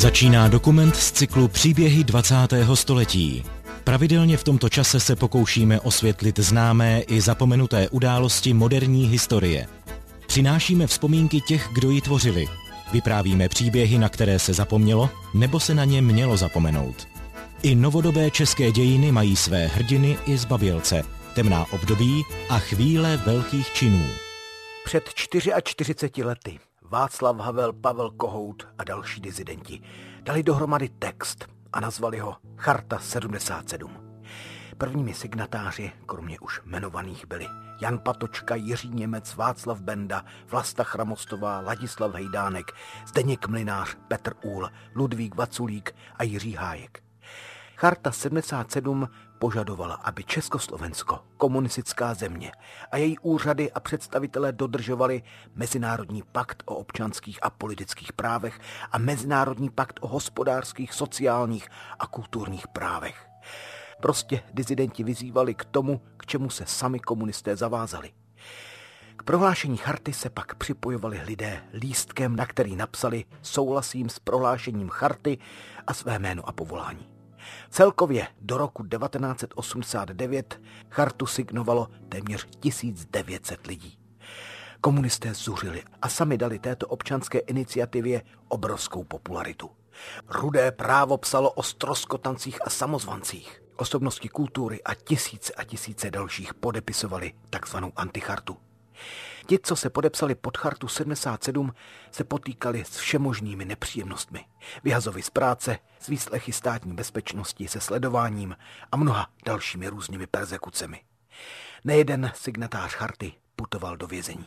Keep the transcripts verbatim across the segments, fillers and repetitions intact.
Začíná dokument z cyklu Příběhy dvacátého století. Pravidelně v tomto čase se pokoušíme osvětlit známé i zapomenuté události moderní historie. Přinášíme vzpomínky těch, kdo ji tvořili. Vyprávíme příběhy, na které se zapomnělo, nebo se na ně mělo zapomenout. I novodobé české dějiny mají své hrdiny i zbabělce, temná období a chvíle velkých činů. Před čtyřiceti čtyři lety Václav Havel, Pavel Kohout a další disidenti dali dohromady text a nazvali ho Charta sedmdesát sedm. Prvními signatáři, kromě už jmenovaných, byli Jan Patočka, Jiří Němec, Václav Benda, Vlasta Chramostová, Ladislav Hejdánek, Zdeněk Mlynář, Petr Úhl, Ludvík Vaculík a Jiří Hájek. Charta sedmdesát sedm požadovala, aby Československo, komunistická země a její úřady a představitelé dodržovali Mezinárodní pakt o občanských a politických právech a Mezinárodní pakt o hospodářských, sociálních a kulturních právech. Prostě disidenti vyzývali k tomu, k čemu se sami komunisté zavázali. K prohlášení charty se pak připojovali lidé lístkem, na který napsali souhlasím s prohlášením charty a své jméno a povolání. Celkově do roku devatenáct set osmdesát devět chartu signovalo téměř tisíc devět set lidí. Komunisté zuřili a sami dali této občanské iniciativě obrovskou popularitu. Rudé právo psalo o ztroskotancích a samozvancích. Osobnosti kultury a tisíce a tisíce dalších podepisovali takzvanou antichartu. Ti, co se podepsali pod chartu sedmdesát sedm, se potýkali s všemožnými nepříjemnostmi. Vyhazovy z práce, s výslechy státní bezpečnosti, se sledováním a mnoha dalšími různými perzekucemi. Nejeden signatář charty putoval do vězení.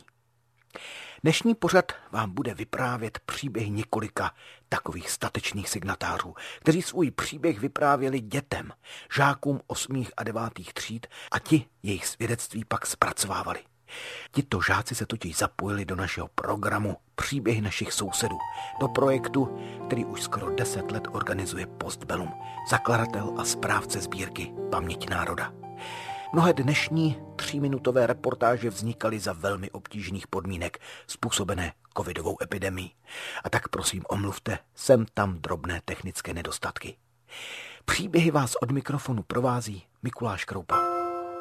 Dnešní pořad vám bude vyprávět příběh několika takových statečných signatářů, kteří svůj příběh vyprávěli dětem, žákům osmých a devátých tříd a ti jejich svědectví pak zpracovávali. Tito žáci se totiž zapojili do našeho programu Příběhy našich sousedů, do projektu, který už skoro deset let organizuje Postbellum, zakladatel a správce sbírky Paměť národa. Mnohé dnešní tříminutové reportáže vznikaly za velmi obtížných podmínek způsobené covidovou epidemií. A tak prosím omluvte sem tam drobné technické nedostatky. Příběhy vás od mikrofonu provází Mikuláš Kroupa.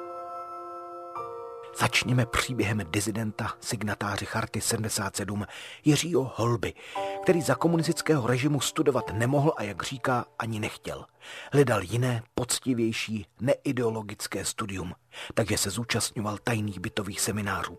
Začněme příběhem disidenta, signatáře charty sedmdesát sedm Jiřího Holby, který za komunistického režimu studovat nemohl a, jak říká, ani nechtěl. Hledal jiné, poctivější, neideologické studium, takže se zúčastňoval tajných bytových seminářů.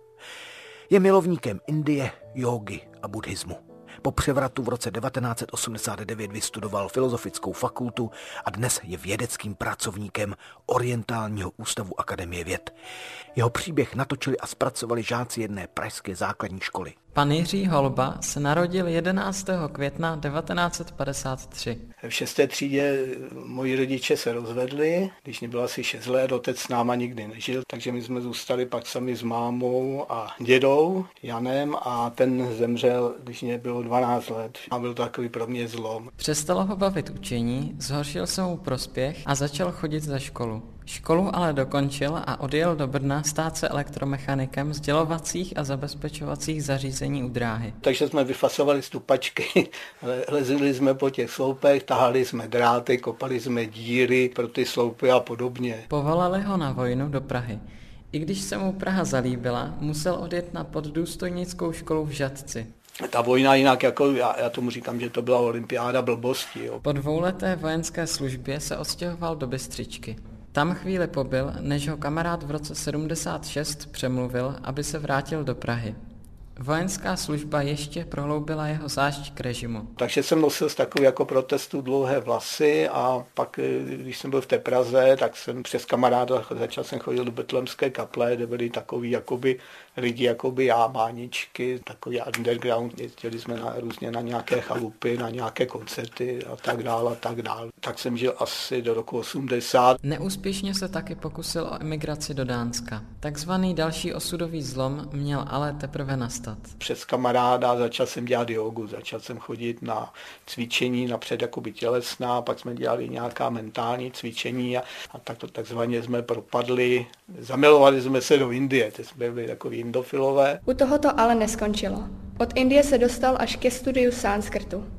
Je milovníkem Indie, jógy a buddhismu. Po převratu v roce devatenáct set osmdesát devět vystudoval filozofickou fakultu a dnes je vědeckým pracovníkem Orientálního ústavu Akademie věd. Jeho příběh natočili a zpracovali žáci jedné pražské základní školy. Pan Jiří Holba se narodil jedenáctého května devatenáct set padesát tři. V šesté třídě moji rodiče se rozvedli, když mě bylo asi šest let, otec s náma nikdy nežil, takže my jsme zůstali pak sami s mámou a dědou Janem a ten zemřel, když mě bylo dvanáct let a byl to takový pro mě zlom. Přestalo ho bavit učení, zhoršil se mu prospěch a začal chodit za školu. Školu ale dokončil a odjel do Brna stát se elektromechanikem sdělovacích a zabezpečovacích zařízení u dráhy. Takže jsme vyfasovali stupačky, lezli jsme po těch sloupech, tahali jsme dráty, kopali jsme díry pro ty sloupy a podobně. Povolali ho na vojnu do Prahy. I když se mu Praha zalíbila, musel odjet na poddůstojnickou školu v Žatci. Ta vojna jinak, jako já, já tomu říkám, že to byla olympiáda blbosti. Jo. Po dvouleté vojenské službě se odstěhoval do Bystřičky. Tam chvíli pobyl, než ho kamarád v roce sedmdesát šest přemluvil, aby se vrátil do Prahy. Vojenská služba ještě prohloubila jeho zášť k režimu. Takže jsem nosil z takový jako protestu dlouhé vlasy a pak, když jsem byl v té Praze, tak jsem přes kamaráda začal jsem chodit do Betlémské kaple, kde byli takový jakoby lidi, jakoby já, máničky, takový underground, jezdili jsme na, různě na nějaké chalupy, na nějaké koncerty a tak dále a tak dále. Tak jsem žil asi do roku osmdesát. Neúspěšně se taky pokusil o emigraci do Dánska. Takzvaný další osudový zlom měl ale teprve nastat. Přes kamaráda začal jsem dělat jogu, začal jsem chodit na cvičení, napřed jakoby tělesná, pak jsme dělali nějaká mentální cvičení a, a tak to takzvaně jsme propadli, zamilovali jsme se do Indie, teď jsme byli takový indofilové. U tohoto ale neskončilo. Od Indie se dostal až ke studiu sanskrtu.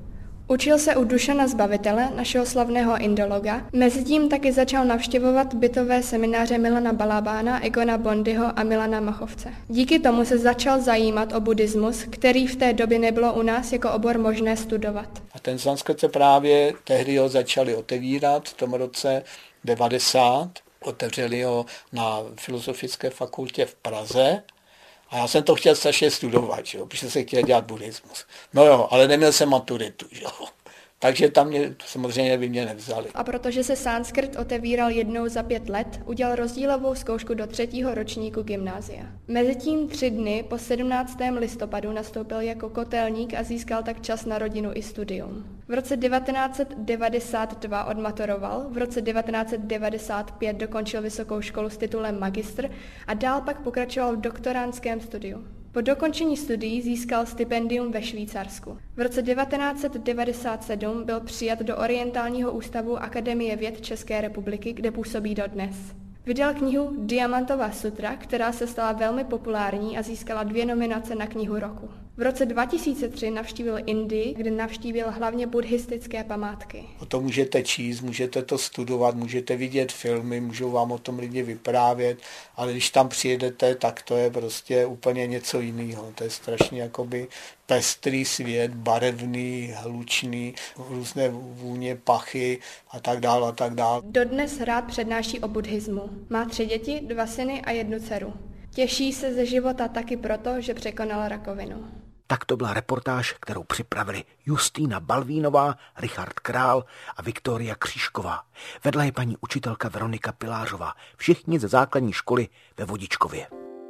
Učil se u Dušana Zbavitele, našeho slavného indologa, mezitím taky začal navštěvovat bytové semináře Milana Balabána, Egona Bondyho a Milana Machovce. Díky tomu se začal zajímat o buddhismus, který v té době nebylo u nás jako obor možné studovat. A ten sanskrt se právě tehdy ho začali otevírat v tom roce devadesát. Otevřeli ho na Filozofické fakultě v Praze. A já jsem to chtěl strašně studovat, že jo, protože jsem chtěl dělat buddhismus. No jo, ale neměl jsem maturitu, že jo. Takže tam mě samozřejmě by mě nevzali. A protože se sanskrt otevíral jednou za pět let, udělal rozdílovou zkoušku do třetího ročníku gymnázia. Mezitím tři dny po sedmnáctého listopadu nastoupil jako kotelník a získal tak čas na rodinu i studium. V roce devatenáct set devadesát dva odmaturoval, v roce devatenáct set devadesát pět dokončil vysokou školu s titulem magistr a dál pak pokračoval v doktorandském studiu. Po dokončení studií získal stipendium ve Švýcarsku. V roce devatenáct set devadesát sedm byl přijat do Orientálního ústavu Akademie věd České republiky, kde působí dodnes. Vydal knihu Diamantová sutra, která se stala velmi populární a získala dvě nominace na knihu roku. V roce dva tisíce tři navštívil Indii, kde navštívil hlavně buddhistické památky. O tom můžete číst, můžete to studovat, můžete vidět filmy, můžou vám o tom lidi vyprávět, ale když tam přijedete, tak to je prostě úplně něco jiného. To je strašně jakoby pestrý svět, barevný, hlučný, různé vůně, pachy a tak dále a tak dále. Dodnes rád přednáší o buddhismu. Má tři děti, dva syny a jednu dceru. Těší se ze života taky proto, že překonal rakovinu. Tak to byla reportáž, kterou připravili Justýna Balvínová, Richard Král a Viktoria Křížková. Vedla je paní učitelka Veronika Pilářová, všichni ze základní školy ve Vodičkově.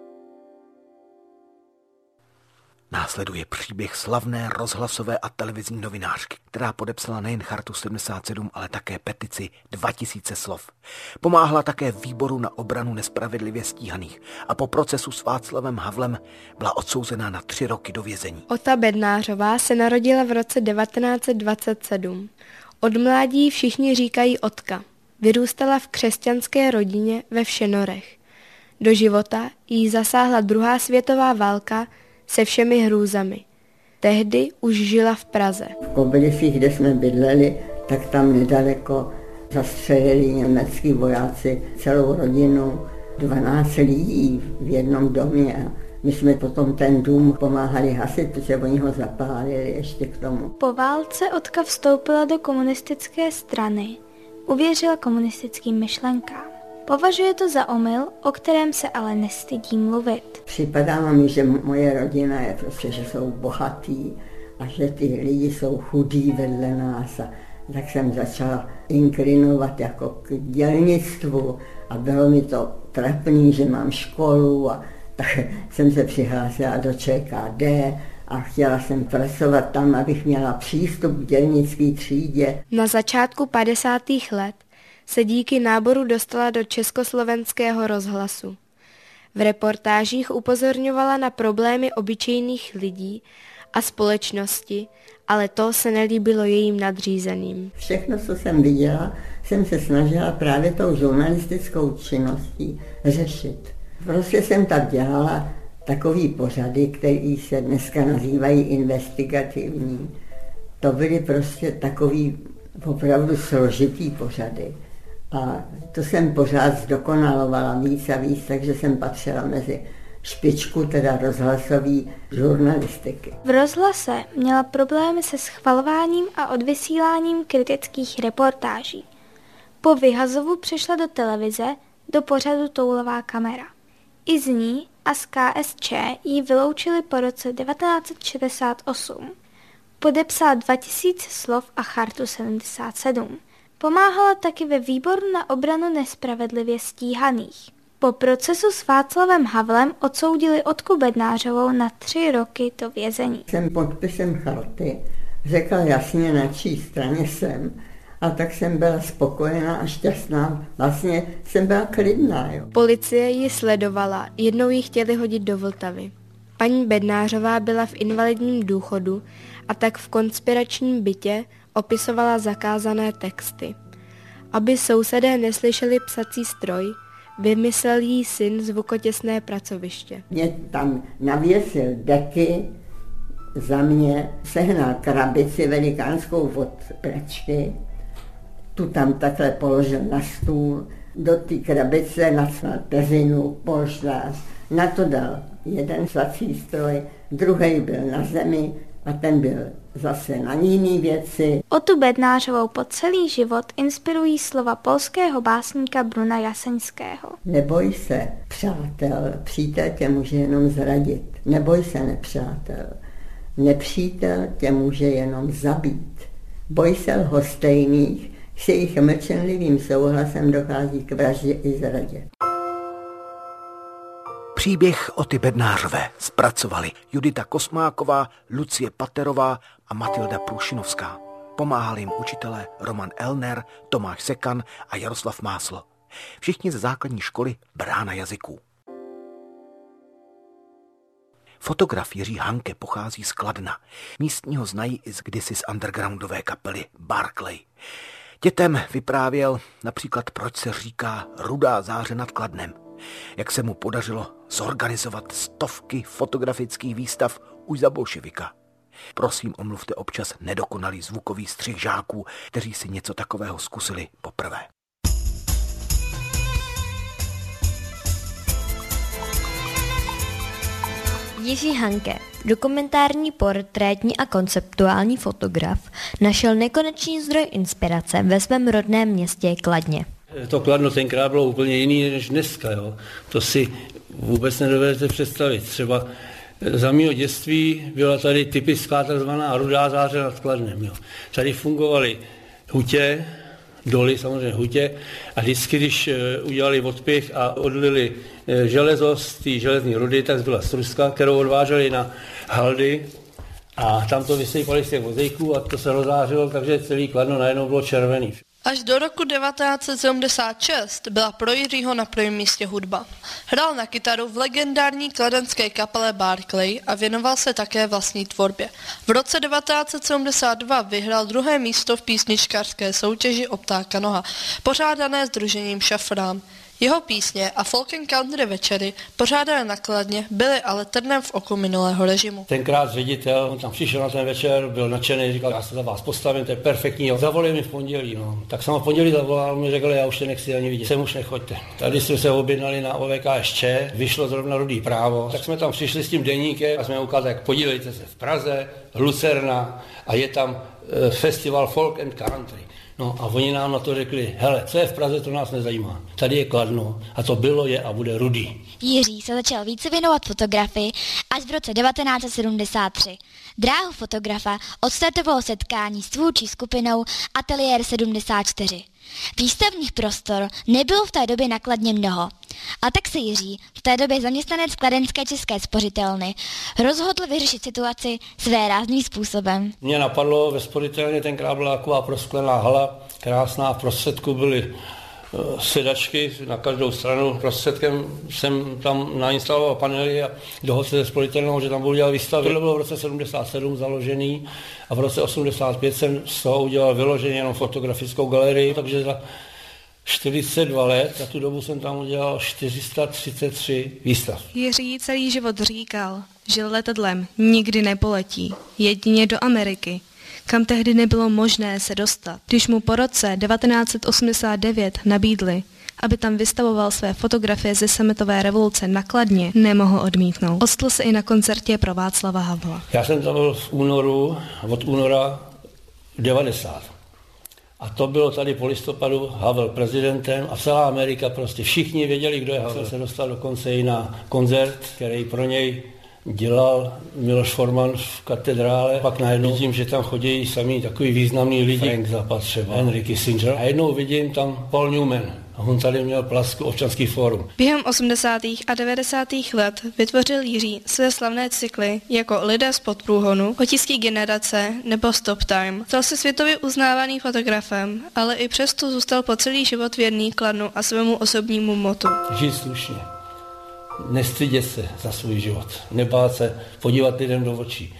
Následuje příběh slavné rozhlasové a televizní novinářky, která podepsala nejen Chartu sedmdesát sedm, ale také petici dva tisíce slov. Pomáhala také výboru na obranu nespravedlivě stíhaných a po procesu s Václavem Havlem byla odsouzená na tři roky do vězení. Ota Bednářová se narodila v roce devatenáct set dvacet sedm. Od mládí všichni říkají Otka. Vyrůstala v křesťanské rodině ve Všenorech. Do života jí zasáhla druhá světová válka se všemi hrůzami. Tehdy už žila v Praze. V Kobrycích, kde jsme bydleli, tak tam nedaleko zastřelili německý vojáci celou rodinu, dvanáct lidí v jednom domě. My jsme potom ten dům pomáhali hasit, protože oni ho zapálili ještě k tomu. Po válce Otka vstoupila do komunistické strany, uvěřila komunistickým myšlenkám. Považuje to za omyl, o kterém se ale nestydí mluvit. Připadá mi, že moje rodina je prostě, že jsou bohatí a že ty lidi jsou chudí vedle nás. A tak jsem začala inklinovat jako k dělnictvu a bylo mi to trapný, že mám školu a tak jsem se přihlásila do Č K D a chtěla jsem pracovat tam, abych měla přístup k dělnické třídě. Na začátku padesátých let se díky náboru dostala do Československého rozhlasu. V reportážích upozorňovala na problémy obyčejných lidí a společnosti, ale to se nelíbilo jejím nadřízeným. Všechno, co jsem viděla, jsem se snažila právě tou žurnalistickou činností řešit. Prostě jsem tak dělala takový pořady, které se dneska nazývají investigativní. To byly prostě takový opravdu složitý pořady. A to jsem pořád zdokonalovala víc a víc, takže jsem patřila mezi špičku, teda rozhlasový žurnalistiky. V rozhlase měla problémy se schvalováním a odvysíláním kritických reportáží. Po vyhazovu přešla do televize, do pořadu Toulová kamera. I z ní a z K S Č ji vyloučili po roce devatenáct set šedesát osm. Podepsala dva tisíce slov a Chartu sedmdesát sedm. Pomáhala taky ve výboru na obranu nespravedlivě stíhaných. Po procesu s Václavem Havlem odsoudili Otku Bednářovou na tři roky do vězení. Jsem podpisem charty řekla jasně, na čí straně jsem, a tak jsem byla spokojená a šťastná. Vlastně jsem byla klidná. Jo. Policie ji sledovala, jednou ji chtěli hodit do Vltavy. Paní Bednářová byla v invalidním důchodu a tak v konspiračním bytě opisovala zakázané texty. Aby sousedé neslyšeli psací stroj, vymyslel jí syn zvukotěsné pracoviště. Mě tam navěsil deky za mě sehnal krabici velikánskou od pračky, tu tam takhle položil na stůl, do té krabice nacval peřinu, polštář, na to dal jeden sací stroj, druhý byl na zemi a ten byl zase na jiný věci. Otu Bednářovou po celý život inspirují slova polského básníka Bruna Jaseňského. Neboj se, přátel, přítel tě může jenom zradit. Neboj se, nepřátel, nepřítel tě může jenom zabít. Boj se lhostejných, s jejich mlčenlivým souhlasem dochází k vraždě i zradě. Příběh Oty Bednářové zpracovali Judita Kosmáková, Lucie Paterová a Matilda Průšinovská. Pomáhali jim učitelé Roman Elner, Tomáš Sekan a Jaroslav Máslo. Všichni ze základní školy Brána jazyků. Fotograf Jiří Hanke pochází z Kladna. Místní ho znají i z kdysi z undergroundové kapely Barclay. Dětem vyprávěl například, proč se říká Rudá záře nad Kladnem. Jak se mu podařilo zorganizovat stovky fotografických výstav už za bolševika. Prosím, omluvte občas nedokonalý zvukový střih žáků, kteří si něco takového zkusili poprvé. Jiří Hanke, dokumentární, portrétní a konceptuální fotograf, našel nekonečný zdroj inspirace ve svém rodném městě Kladně. To Kladno tenkrát bylo úplně jiný než dneska. Jo. To si vůbec nedovedete představit. Třeba za mého dětství byla tady typická takzvaná Rudá záře nad Kladnem. Jo. Tady fungovaly hutě, doly, samozřejmě hutě, a vždycky, když udělali odpich a odlili železo z té železné rudy, tak byla struska, kterou odváželi na haldy a tam to vysypali z těch vozejků a to se rozářilo, takže celý Kladno najednou bylo červený. Až do roku devatenáct set sedmdesát šest byla pro Jiřího na prvním místě hudba. Hrál na kytaru v legendární kladenské kapele Barclay a věnoval se také vlastní tvorbě. V roce devatenáct set sedmdesát dva vyhrál druhé místo v písničkářské soutěži O ptáka noha, pořádané sdružením Šafrán. Jeho písně a folk and country večery pořádané na Kladně byly ale trnem v oku minulého režimu. Tenkrát ředitel, on tam přišel na ten večer, byl nadšený, říkal, já se za vás postavím, to je perfektní. Zavolil mi v pondělí, no. Tak jsem ho v pondělí zavolal, mi řekl, já už tě nechci ani vidět, sem už nechoďte. Tady jsme se objednali na O V K S Č, vyšlo zrovna Rudý právo, tak jsme tam přišli s tím deníkem a jsme ukázali, jak podívejte se v Praze, Lucerna a je tam e, festival folk and country. No a oni nám na to řekli, hele, co je v Praze, to nás nezajímá. Tady je Kladno a to bylo, je a bude Rudý. Jiří se začal více věnovat fotografii až v roce devatenáct set sedmdesát tři. Dráhu fotografa odstartovalo setkání s tvůrčí skupinou Ateliér sedmdesát čtyři. Výstavních prostor nebylo v té době na Kladně mnoho. A tak se Jiří, v té době zaměstnanec Kladenské české spořitelny, rozhodl vyřešit situaci svérázným způsobem. Mě napadlo, ve spořitelně tenkrát byla taková prosklená hala, krásná, v prostředku byly uh, sedačky na každou stranu. Prostředkem jsem tam nainstaloval panely a dohodl se se spořitelnou, že tam budu dělat výstavy. Tohle bylo v roce sedmdesát sedm založený a v roce osmdesát pět jsem z toho udělal vyloženě jenom fotografickou galerii, takže za čtyřicet dva let, za tu dobu jsem tam udělal čtyři sta třicet tři výstav. Jiří celý život říkal, že letadlem nikdy nepoletí, jedině do Ameriky, kam tehdy nebylo možné se dostat. Když mu po roce devatenáct set osmdesát devět nabídli, aby tam vystavoval své fotografie ze sametové revoluce na Kladně, nemohl odmítnout. Ocitl se i na koncertě pro Václava Havla. Já jsem tam byl v únoru, od února devadesát. A to bylo tady po listopadu Havel prezidentem a celá Amerika prostě všichni věděli, kdo je Havel. Jsem se dostal dokonce i na koncert, který pro něj dělal Miloš Forman v katedrále. Pak najednou vidím, že tam chodí sami takový významný lidi, Frank Zappa třeba, Henry Kissinger. A jednou vidím tam Paul Newman. A on tady měl plasku Občanský fórum. Během osmdesátých a devadesátých let vytvořil Jiří své slavné cykly jako Lidé z podprůhonu, Otisky generace nebo Stop Time. Stal se světově uznávaným fotografem, ale i přesto zůstal po celý život věrný Kladnu a svému osobnímu motu. Žít slušně. Nestydět se za svůj život. Nebát se podívat lidem do očí.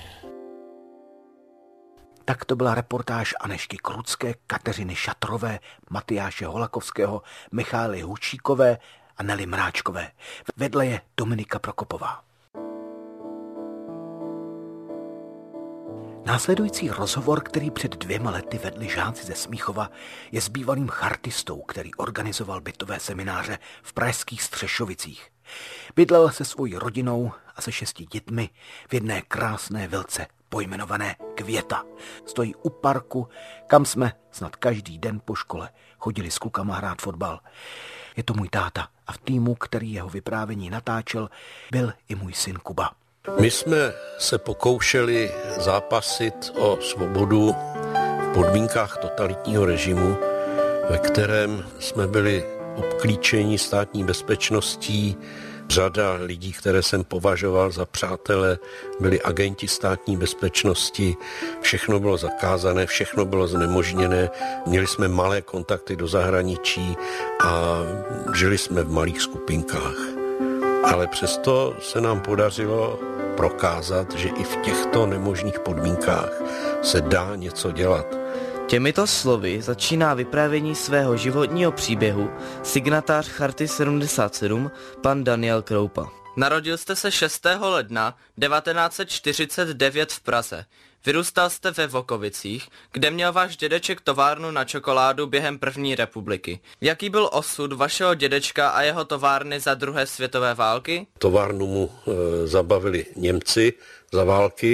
Tak to byla reportáž Anežky Krucké, Kateřiny Šatrové, Matyáše Holakovského, Michály Hučíkové a Nely Mráčkové. Vedle je Dominika Prokopová. Následující rozhovor, který před dvěma lety vedli žáci ze Smíchova, je s bývalým chartistou, který organizoval bytové semináře v pražských Střešovicích. Bydlel se svojí rodinou a se šesti dětmi v jedné krásné vilce pojmenované Květa. Stojí u parku, kam jsme snad každý den po škole chodili s klukama hrát fotbal. Je to můj táta a v týmu, který jeho vyprávění natáčel, byl i můj syn Kuba. My jsme se pokoušeli zápasit o svobodu v podmínkách totalitního režimu, ve kterém jsme byli obklíčeni státní bezpečností. Řada lidí, které jsem považoval za přátele, byli agenti státní bezpečnosti. Všechno bylo zakázané, všechno bylo znemožněné. Měli jsme malé kontakty do zahraničí a žili jsme v malých skupinkách. Ale přesto se nám podařilo prokázat, že i v těchto nemožných podmínkách se dá něco dělat. Těmito slovy začíná vyprávění svého životního příběhu signatář Charty sedmdesát sedm, pan Daniel Kroupa. Narodil jste se šestého ledna devatenáct set čtyřicet devět v Praze. Vyrůstal jste ve Vokovicích, kde měl váš dědeček továrnu na čokoládu během první republiky. Jaký byl osud vašeho dědečka a jeho továrny za druhé světové války? Továrnu mu e, zabavili Němci za války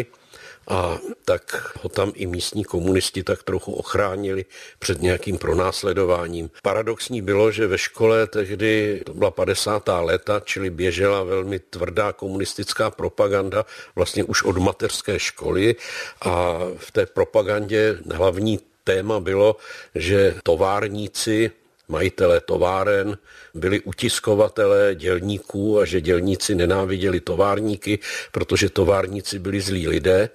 a tak ho tam i místní komunisti tak trochu ochránili před nějakým pronásledováním. Paradoxní bylo, že ve škole tehdy, to byla padesátá léta, čili běžela velmi tvrdá komunistická propaganda vlastně už od mateřské školy a v té propagandě hlavní téma bylo, že továrníci, majitelé továren, byli utiskovatelé dělníků a že dělníci nenáviděli továrníky, protože továrníci byli zlí lidé.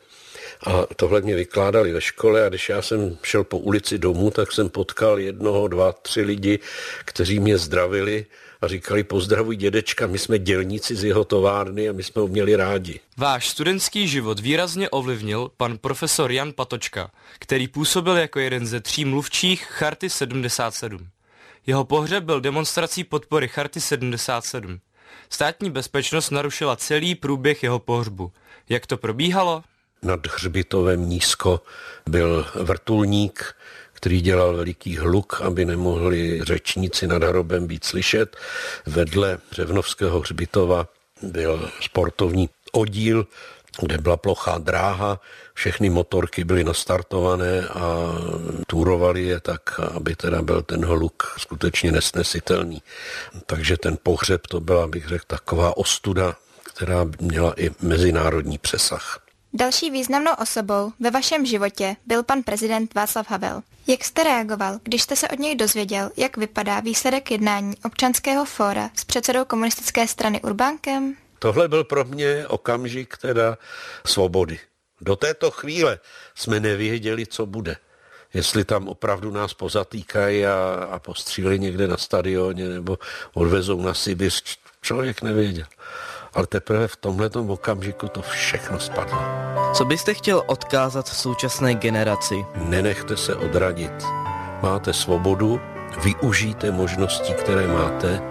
A tohle mě vykládali ve škole a když já jsem šel po ulici domů, tak jsem potkal jednoho, dva, tři lidi, kteří mě zdravili a říkali: pozdravuj dědečka, my jsme dělníci z jeho továrny a my jsme ho měli rádi. Váš studentský život výrazně ovlivnil pan profesor Jan Patočka, který působil jako jeden ze tří mluvčích Charty sedmdesát sedm. Jeho pohřeb byl demonstrací podpory Charty sedmdesát sedm. Státní bezpečnost narušila celý průběh jeho pohřbu. Jak to probíhalo? Nad hřbitovem nízko byl vrtulník, který dělal veliký hluk, aby nemohli řečníci nad hrobem být slyšet. Vedle Řevnovského hřbitova byl sportovní oddíl, kde byla plochá dráha, všechny motorky byly nastartované a túrovali je tak, aby teda byl ten hluk skutečně nesnesitelný. Takže ten pohřeb to byla, bych řekl, taková ostuda, která měla i mezinárodní přesah. Další významnou osobou ve vašem životě byl pan prezident Václav Havel. Jak jste reagoval, když jste se od něj dozvěděl, jak vypadá výsledek jednání občanského fóra s předsedou komunistické strany Urbánkem? Tohle byl pro mě okamžik teda svobody. Do této chvíle jsme nevěděli, co bude. Jestli tam opravdu nás pozatýkají a, a postřílí někde na stadioně nebo odvezou na Sibiř, člověk nevěděl. Ale teprve v tomhletom okamžiku to všechno spadlo. Co byste chtěl odkázat současné generaci? Nenechte se odradit. Máte svobodu, využijte možností, které máte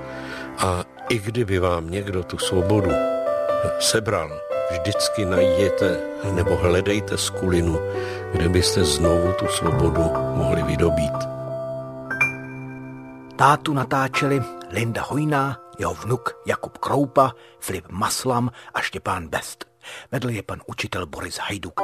a i kdyby vám někdo tu svobodu sebral, vždycky najděte nebo hledejte skulinu, kde byste znovu tu svobodu mohli vydobít. Tátu natáčeli Linda Hojná, jeho vnuk Jakub Kroupa, Filip Maslam a Štěpán Best. Vedl je pan učitel Boris Hajduk.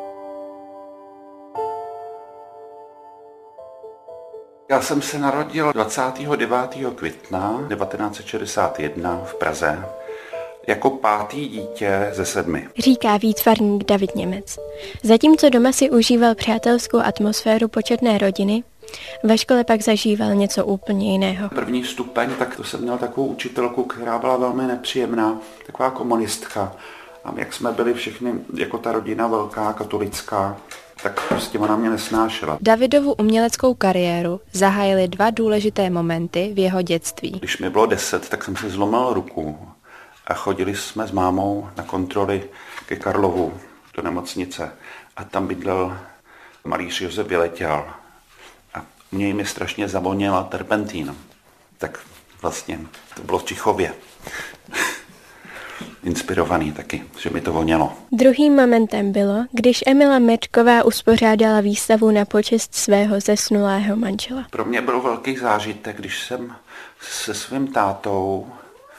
Já jsem se narodil dvacátého devátého května devatenáct set šedesát jedna v Praze jako pátý dítě ze sedmi. Říká výtvarník David Němec. Zatímco doma si užíval přátelskou atmosféru početné rodiny, ve škole pak zažíval něco úplně jiného. První stupeň, tak to jsem měl takovou učitelku, která byla velmi nepříjemná, taková komunistka. A jak jsme byli všichni, jako ta rodina velká, katolická, tak prostě ona mě nesnášela. Davidovu uměleckou kariéru zahájily dva důležité momenty v jeho dětství. Když mi bylo deset, tak jsem si zlomil ruku a chodili jsme s mámou na kontroly ke Karlovu do nemocnice. A tam bydlel malíř Josef Vyletěl. A u něj mi strašně zavoněla terpentín. Tak vlastně to bylo v Čichově. inspirovaný taky, že mi to vonělo. Druhým momentem bylo, když Emila Mečková uspořádala výstavu na počest svého zesnulého manžela. Pro mě byl velký zážitek, když jsem se svým tátou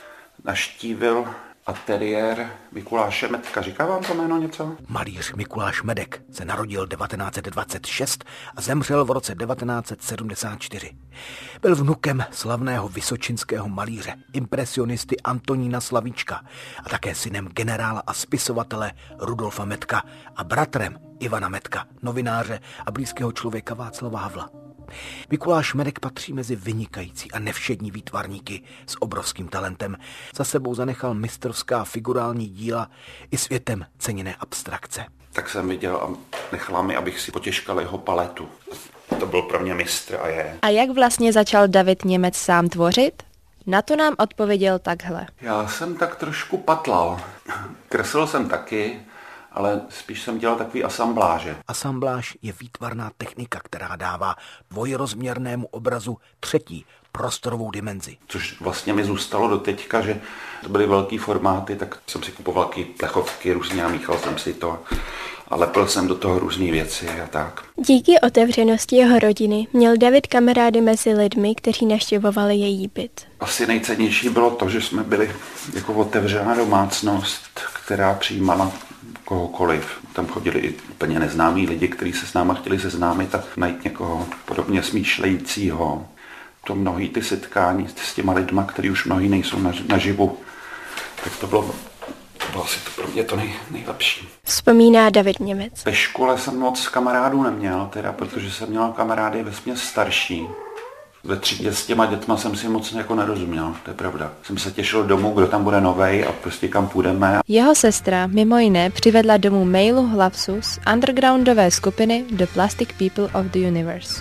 naštívil ateliér Mikuláše Medka. Říká vám to jméno něco? Malíř Mikuláš Medek se narodil devatenáct set dvacet šest a zemřel v roce devatenáct set sedmdesát čtyři. Byl vnukem slavného vysočinského malíře, impresionisty Antonína Slavíčka a také synem generála a spisovatele Rudolfa Medka a bratrem Ivana Medka, novináře a blízkého člověka Václava Havla. Mikuláš Medek patří mezi vynikající a nevšední výtvarníky s obrovským talentem. Za sebou zanechal mistrovská figurální díla i světem ceněné abstrakce. Tak jsem viděl a nechala mi, abych si potěžkal jeho paletu. To byl pro mě mistr a je. A jak vlastně začal David Němec sám tvořit? Na to nám odpověděl takhle. Já jsem tak trošku patlal. Kreslil jsem taky, ale spíš jsem dělal takový asambláže. Asambláž je výtvarná technika, která dává dvojrozměrnému obrazu třetí prostorovou dimenzi. Což vlastně mi zůstalo do teďka, že to byly velký formáty, tak jsem si kupoval taky plechovky různě a míchal jsem si to a lepil jsem do toho různé věci a tak. Díky otevřenosti jeho rodiny měl David kamarády mezi lidmi, kteří navštěvovali její byt. Asi nejcennější bylo to, že jsme byli jako otevřená domácnost, která přijímala kohokoliv. Tam chodili i úplně neznámí lidi, kteří se s náma chtěli seznámit a najít někoho podobně smýšlejícího. To mnohý ty setkání s těma lidma, kteří už mnohý nejsou naživu, tak to bylo, to bylo asi to pro mě to nej, nejlepší. Vzpomíná David Němec. Ve škole jsem moc kamarádů neměl, teda, protože jsem měl kamarády vesměs starší. Ve třídě s těma dětma jsem si moc jako nerozuměl, to je pravda. Jsem se těšil domů, kdo tam bude novej a prostě kam půjdeme. Jeho sestra mimo jiné přivedla domů Mailu Hlavsu z undergroundové skupiny The Plastic People of the Universe.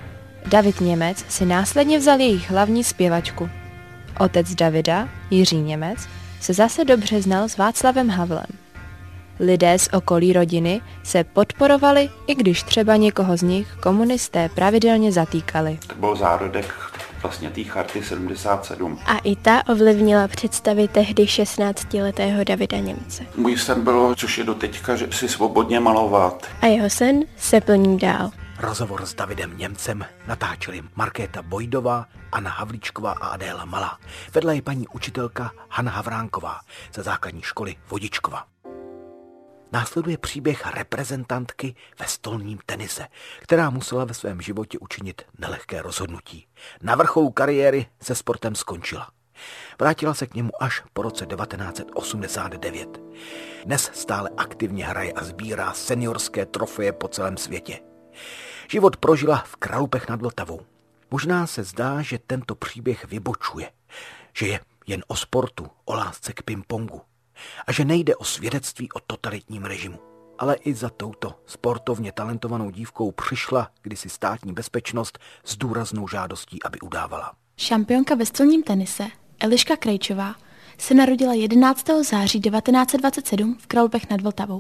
David Němec si následně vzal jejich hlavní zpěvačku. Otec Davida, Jiří Němec, se zase dobře znal s Václavem Havlem. Lidé z okolí rodiny se podporovali, i když třeba někoho z nich komunisté pravidelně zatýkali. To byl zárodek vlastně té charty sedmdesát sedm. A i ta ovlivnila představy tehdy šestnáctiletého Davida Němce. Můj sen bylo, což je do teďka, že si svobodně malovat. A jeho sen se plní dál. Rozhovor s Davidem Němcem natáčeli Markéta Bojdová, Anna Havlíčková a Adéla Malá. Vedle je paní učitelka Hana Havránková ze základní školy Vodičkova. Následuje příběh reprezentantky ve stolním tenise, která musela ve svém životě učinit nelehké rozhodnutí. Na vrcholu kariéry se sportem skončila. Vrátila se k němu až po roce devatenáct set osmdesát devět. Dnes stále aktivně hraje a sbírá seniorské trofeje po celém světě. Život prožila v Kralupech nad Vltavou. Možná se zdá, že tento příběh vybočuje, že je jen o sportu, o lásce k pingpongu a že nejde o svědectví o totalitním režimu. Ale i za touto sportovně talentovanou dívkou přišla kdysi státní bezpečnost s důraznou žádostí, aby udávala. Šampionka ve stolním tenise Eliška Krejčová se narodila jedenáctého září devatenáct set dvacet sedm v Kralupech nad Vltavou.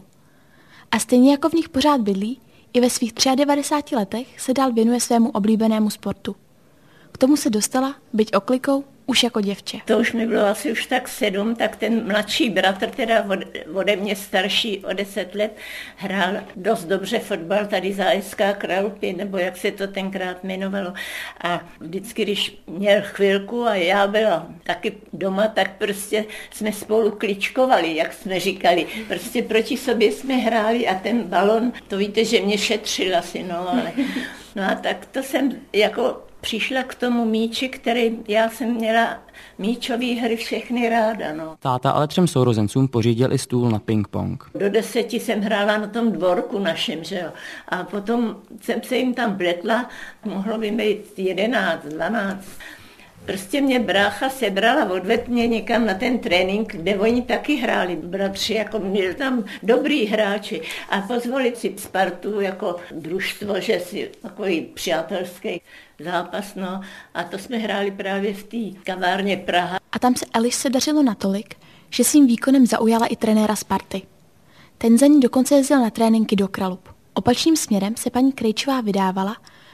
A stejně jako v nich pořád bydlí, i ve svých devadesáti třech letech se dál věnuje svému oblíbenému sportu. K tomu se dostala, byť oklikou, už jako děvče. To už mi bylo asi už tak sedm, tak ten mladší bratr, teda ode mě starší o deset let, hrál dost dobře fotbal tady za S K Kralupy, nebo jak se to tenkrát jmenovalo. A vždycky, když měl chvilku a já byla taky doma, tak prostě jsme spolu kličkovali, jak jsme říkali. Prostě proti sobě jsme hráli a ten balon, to víte, že mě šetřil asi, no ale... No a tak to jsem jako přišla k tomu míči, který já jsem měla míčový hry všechny ráda, no. Táta ale třem sourozencům pořídil i stůl na ping-pong. Do deseti jsem hrála na tom dvorku našem, že jo. A potom jsem se jim tam pletla, mohlo by být jedenáct, dvanáct. Prostě mě brácha sebrala, odvedl mě někam na ten trénink, kde oni taky hráli, bratři, jako měli tam dobrý hráči. A pozvolit si Spartu jako družstvo, že si takový přátelský zápas, no. A to jsme hráli právě v té kavárně Praha. A tam se Elišce dařilo natolik, že svým výkonem zaujala i trenéra Sparty. Ten za ní dokonce jezdil na tréninky do Kralup. Opačným směrem se paní Krejčová vydávala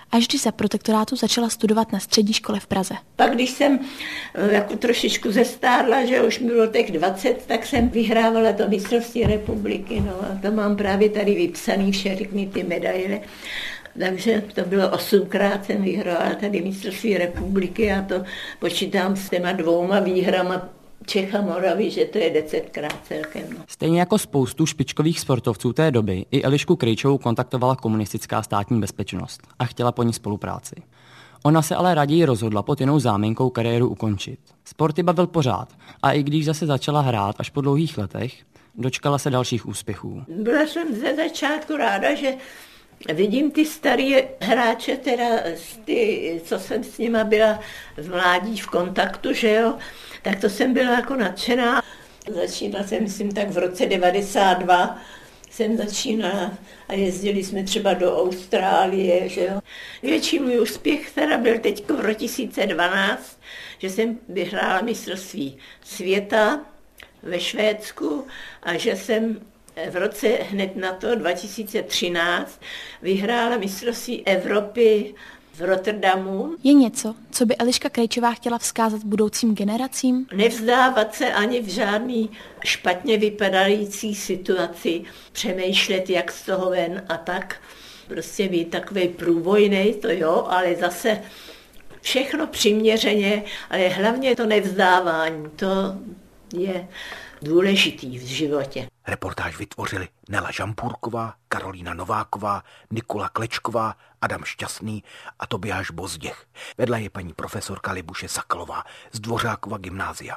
až když za protektorátu začala studovat na střední škole v Praze. Pak když jsem jako trošičku zestárla, že už mi bylo těch dvacet, tak jsem vyhrávala to mistrovství republiky. No a to mám právě tady vypsaný všechny ty medaile. Takže to bylo osmkrát jsem vyhrála tady mistrovství republiky a to počítám s těma dvouma výhrama Čech a Moravy, že to je desetkrát celkem. No. Stejně jako spoustu špičkových sportovců té doby, i Elišku Krejčovou kontaktovala komunistická státní bezpečnost a chtěla po ní spolupráci. Ona se ale raději rozhodla pod jinou záminkou kariéru ukončit. Sport ji bavil pořád a i když zase začala hrát až po dlouhých letech, dočkala se dalších úspěchů. Byla jsem ze začátku ráda, že vidím ty staré hráče, teda ty, co jsem s nima byla v mládí v kontaktu, že jo, tak to jsem byla jako nadšená. Začínala jsem, myslím, tak v roce devadesát dva jsem začínala a jezdili jsme třeba do Austrálie, že jo. Větší můj úspěch teda byl teď v roce dva tisíce dvanáct, že jsem vyhrála mistrovství světa ve Švédsku a že jsem v roce hned na to dva tisíce třináct vyhrála mistrovství Evropy v Rotterdamu. Je něco, co by Eliška Krejčová chtěla vzkázat budoucím generacím? Nevzdávat se ani v žádný špatně vypadající situaci, přemýšlet, jak z toho ven a tak. Prostě být takovej průbojnej, to jo, ale zase všechno přiměřeně, ale hlavně to nevzdávání, to je důležitý v životě. Reportáž vytvořili Nela Žampůrková, Karolína Nováková, Nikola Klečková, Adam Šťastný a Tobiáš Bozděch. Vedla je paní profesorka Libuše Sakalová z Dvořákova gymnázia.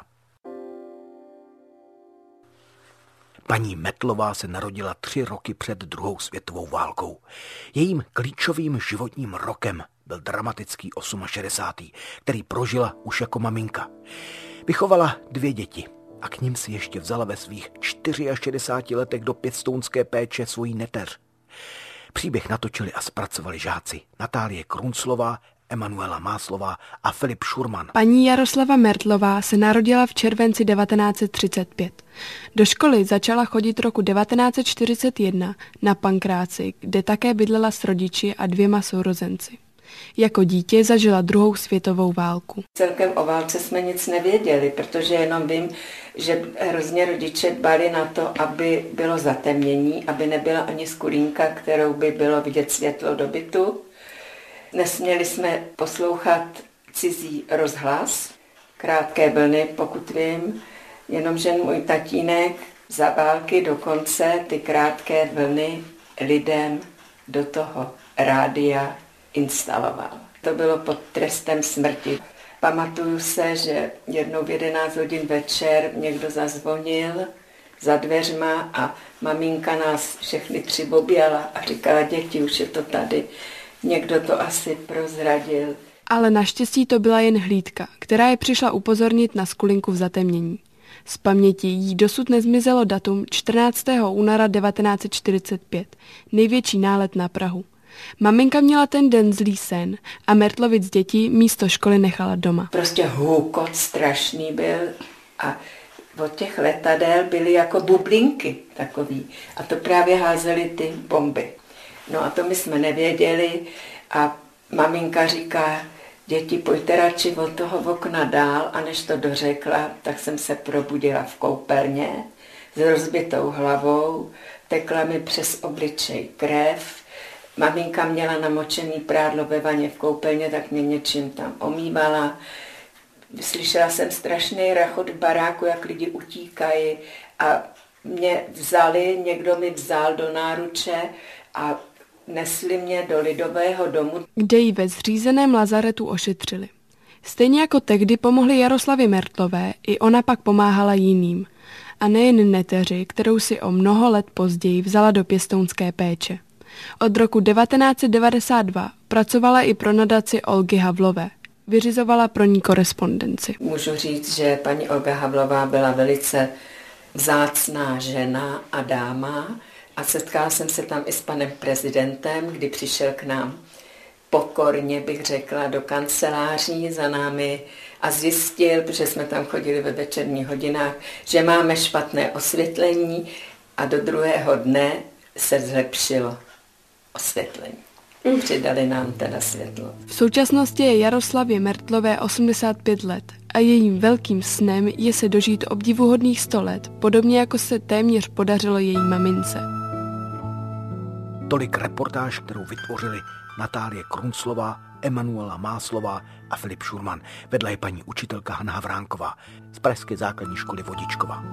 Paní Metlová se narodila tři roky před druhou světovou válkou. Jejím klíčovým životním rokem byl dramatický šedesátý osmý, který prožila už jako maminka. Vychovala dvě děti a k nim si ještě vzala ve svých šedesáti čtyřech letech do pěstounské péče svojí neteř. Příběh natočili a zpracovali žáci Natálie Krunclová, Emanuela Máslová a Filip Šurman. Paní Jaroslava Mertlová se narodila v červenci devatenáct set třicet pět. Do školy začala chodit roku devatenáct set čtyřicet jedna na Pankráci, kde také bydlela s rodiči a dvěma sourozenci. Jako dítě zažila druhou světovou válku. Celkem o válce jsme nic nevěděli, protože jenom vím, že hrozně rodiče dbali na to, aby bylo zatemnění, aby nebyla ani skulínka, kterou by bylo vidět světlo do bytu. Nesměli jsme poslouchat cizí rozhlas, krátké vlny, pokud vím, jenomže můj tatínek za války dokonce ty krátké vlny lidem do toho rádia instaloval. To bylo pod trestem smrti. Pamatuju se, že jednou v jedenáct hodin večer někdo zazvonil za dveřma a maminka nás všechny tři objala a říkala, děti, už je to tady. Někdo to asi prozradil. Ale naštěstí to byla jen hlídka, která je přišla upozornit na skulinku v zatemnění. Z paměti jí dosud nezmizelo datum čtrnáctého února devatenáct set čtyřicet pět, největší nálet na Prahu. Maminka měla ten den zlý sen a Mertlovic děti místo školy nechala doma. Prostě hůkot strašný byl a od těch letadel byly jako bublinky takový a to právě házely ty bomby. No a to my jsme nevěděli a maminka říká, děti, pojďte radši od toho okna dál a než to dořekla, tak jsem se probudila v koupelně s rozbitou hlavou, tekla mi přes obličej krev. Maminka měla namočený prádlo ve vaně v koupelně, tak mě něčím tam omývala. Slyšela jsem strašný rachot v baráku, jak lidi utíkají a mě vzali, někdo mi vzal do náruče a nesli mě do Lidového domu, kde ji ve zřízeném lazaretu ošetřili. Stejně jako tehdy pomohli Jaroslavě Mertlové, i ona pak pomáhala jiným. A nejen neteři, kterou si o mnoho let později vzala do pěstounské péče. Od roku devatenáct set devadesát dva pracovala i pro nadaci Olgy Havlové. Vyřizovala pro ní korespondenci. Můžu říct, že paní Olga Havlová byla velice vzácná žena a dáma a setkala jsem se tam i s panem prezidentem, kdy přišel k nám pokorně, bych řekla, do kanceláří za námi a zjistil, protože jsme tam chodili ve večerních hodinách, že máme špatné osvětlení a do druhého dne se zlepšilo osvětlení. Přidali nám teda světlo. V současnosti je Jaroslavě Mertlové osmdesát pět let a jejím velkým snem je se dožít obdivuhodných sto let, podobně jako se téměř podařilo její mamince. Tolik reportáž, kterou vytvořili Natálie Krunclová, Emanuela Máslová a Filip Šurman. Vedla je paní učitelka Hana Havránková z pražské základní školy Vodičkova.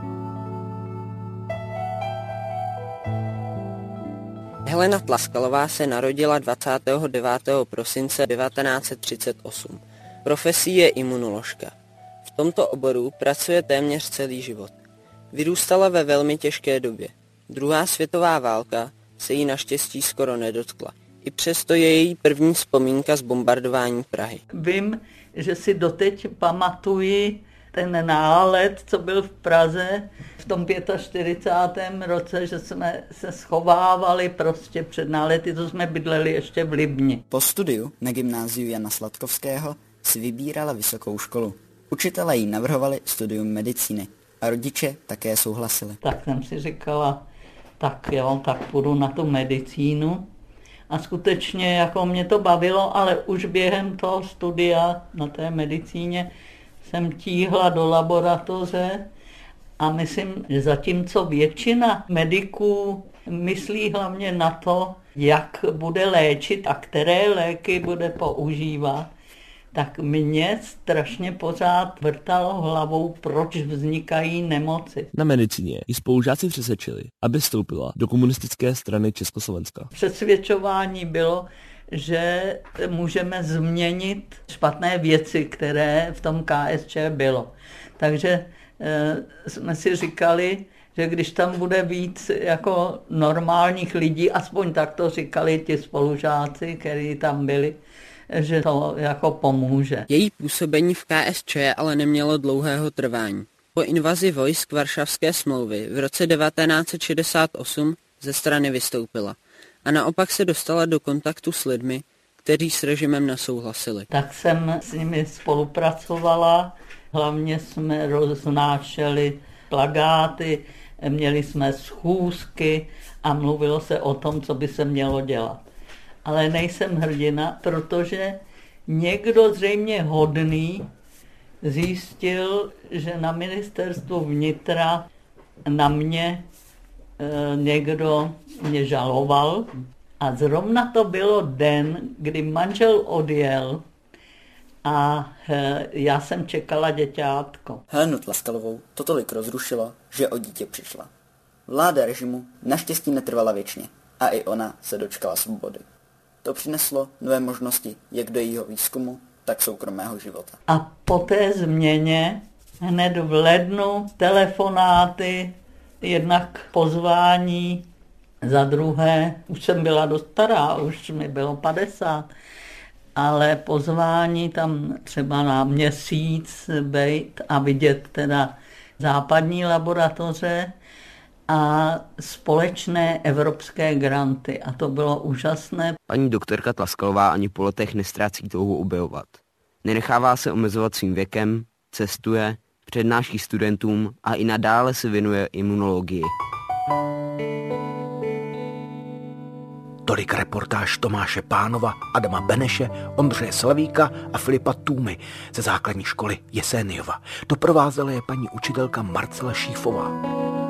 Helena Tlaskalová se narodila dvacátého devátého prosince devatenáct set třicet osm. Profesí je imunoložka. V tomto oboru pracuje téměř celý život. Vyrůstala ve velmi těžké době. Druhá světová válka se jí naštěstí skoro nedotkla. I přesto je její první vzpomínka z bombardování Prahy. Vím, že si doteď pamatuji ten nálet, co byl v Praze v tom čtyřicátém pátém roce, že jsme se schovávali prostě před nálety, to jsme bydleli ještě v Libni. Po studiu na gymnáziu Jana Sladkovského si vybírala vysokou školu. Učitelé jí navrhovali studium medicíny a rodiče také souhlasili. Tak jsem si říkala, tak jo, tak půjdu na tu medicínu. A skutečně jako mě to bavilo, ale už během toho studia na té medicíně jsem tíhla do laboratoře a myslím, že zatímco většina mediků myslí hlavně na to, jak bude léčit a které léky bude používat, tak mě strašně pořád vrtalo hlavou, proč vznikají nemoci. Na medicíně ji spolužáci přesvědčili, aby vstoupila do komunistické strany Československa. Přesvědčování bylo, že můžeme změnit špatné věci, které v tom K S Č bylo. Takže e, jsme si říkali, že když tam bude víc jako normálních lidí, aspoň tak to říkali ti spolužáci, kteří tam byli, že to jako pomůže. Její působení v K S Č ale nemělo dlouhého trvání. Po invazi vojsk Varšavské smlouvy v roce devatenáct set šedesát osm ze strany vystoupila a naopak se dostala do kontaktu s lidmi, kteří s režimem nesouhlasili. Tak jsem s nimi spolupracovala, hlavně jsme roznášeli plakáty, měli jsme schůzky a mluvilo se o tom, co by se mělo dělat. Ale nejsem hrdina, protože někdo zřejmě hodný zjistil, že na ministerstvu vnitra na mě e, někdo mě žaloval a zrovna to bylo den, kdy manžel odjel a e, já jsem čekala děťátko. Helenu Tlaskalovou to tolik rozrušilo, že o dítě přišla. Vláda režimu naštěstí netrvala věčně a i ona se dočkala svobody. To přineslo nové možnosti jak do jejího výzkumu, tak soukromého života. A po té změně hned v lednu telefonáty, jednak pozvání, za druhé, už jsem byla dost stará, už mi bylo padesát, ale pozvání tam třeba na měsíc bejt a vidět teda západní laboratoře a společné evropské granty. A to bylo úžasné. Paní doktorka Tlaskalová ani po letech nestrácí touhu objevovat. Nenechává se omezovat svým věkem, cestuje, přednáší studentům a i nadále se věnuje imunologii. Tolik reportáž Tomáše Pánova, Adama Beneše, Ondřeje Slavíka a Filipa Tůmy ze základní školy Jeséniova. Doprovázela je paní učitelka Marcela Šífová.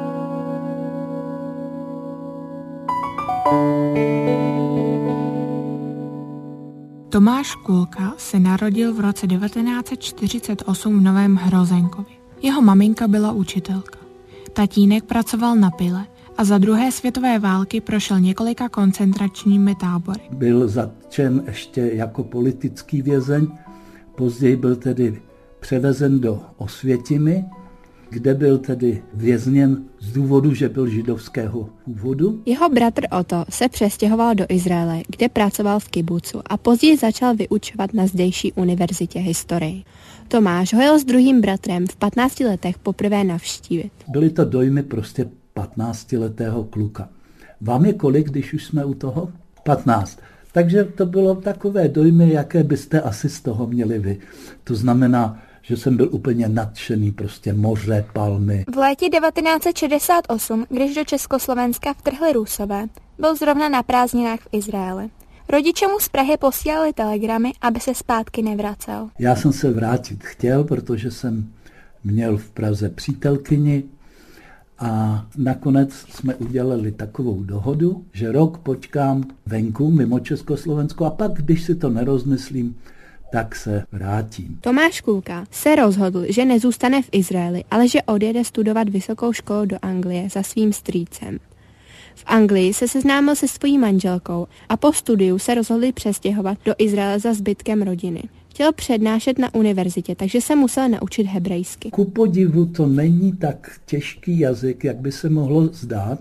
Tomáš Kulka se narodil v roce devatenáct set čtyřicet osm v Novém Hrozenkově. Jeho maminka byla učitelka. Tatínek pracoval na pile a za druhé světové války prošel několika koncentračními tábory. Byl zatčen ještě jako politický vězeň, později byl tedy převezen do Osvětimi, kde byl tedy vězněn z důvodu, že byl židovského původu. Jeho bratr Otto se přestěhoval do Izraele, kde pracoval v kibucu a později začal vyučovat na zdejší univerzitě historii. Tomáš ho jel s druhým bratrem v patnácti letech poprvé navštívit. Byly to dojmy prostě patnáctiletého kluka. Vám je kolik, když už jsme u toho? patnáct. Takže to bylo takové dojmy, jaké byste asi z toho měli vy. To znamená, že jsem byl úplně nadšený, prostě moře, palmy. V létě devatenáct set šedesát osm, když do Československa vtrhli Rusové, byl zrovna na prázdninách v Izraeli. Rodiče mu z Prahy posílali telegramy, aby se zpátky nevracel. Já jsem se vrátit chtěl, protože jsem měl v Praze přítelkyni a nakonec jsme udělali takovou dohodu, že rok počkám venku mimo Československo a pak, když si to nerozmyslím, tak se vrátím. Tomáš Kulka se rozhodl, že nezůstane v Izraeli, ale že odjede studovat vysokou školu do Anglie za svým strýcem. V Anglii se seznámil se svojí manželkou a po studiu se rozhodli přestěhovat do Izraele za zbytkem rodiny. Chtěl přednášet na univerzitě, takže se musel naučit hebrejsky. Ku podivu to není tak těžký jazyk, jak by se mohlo zdát,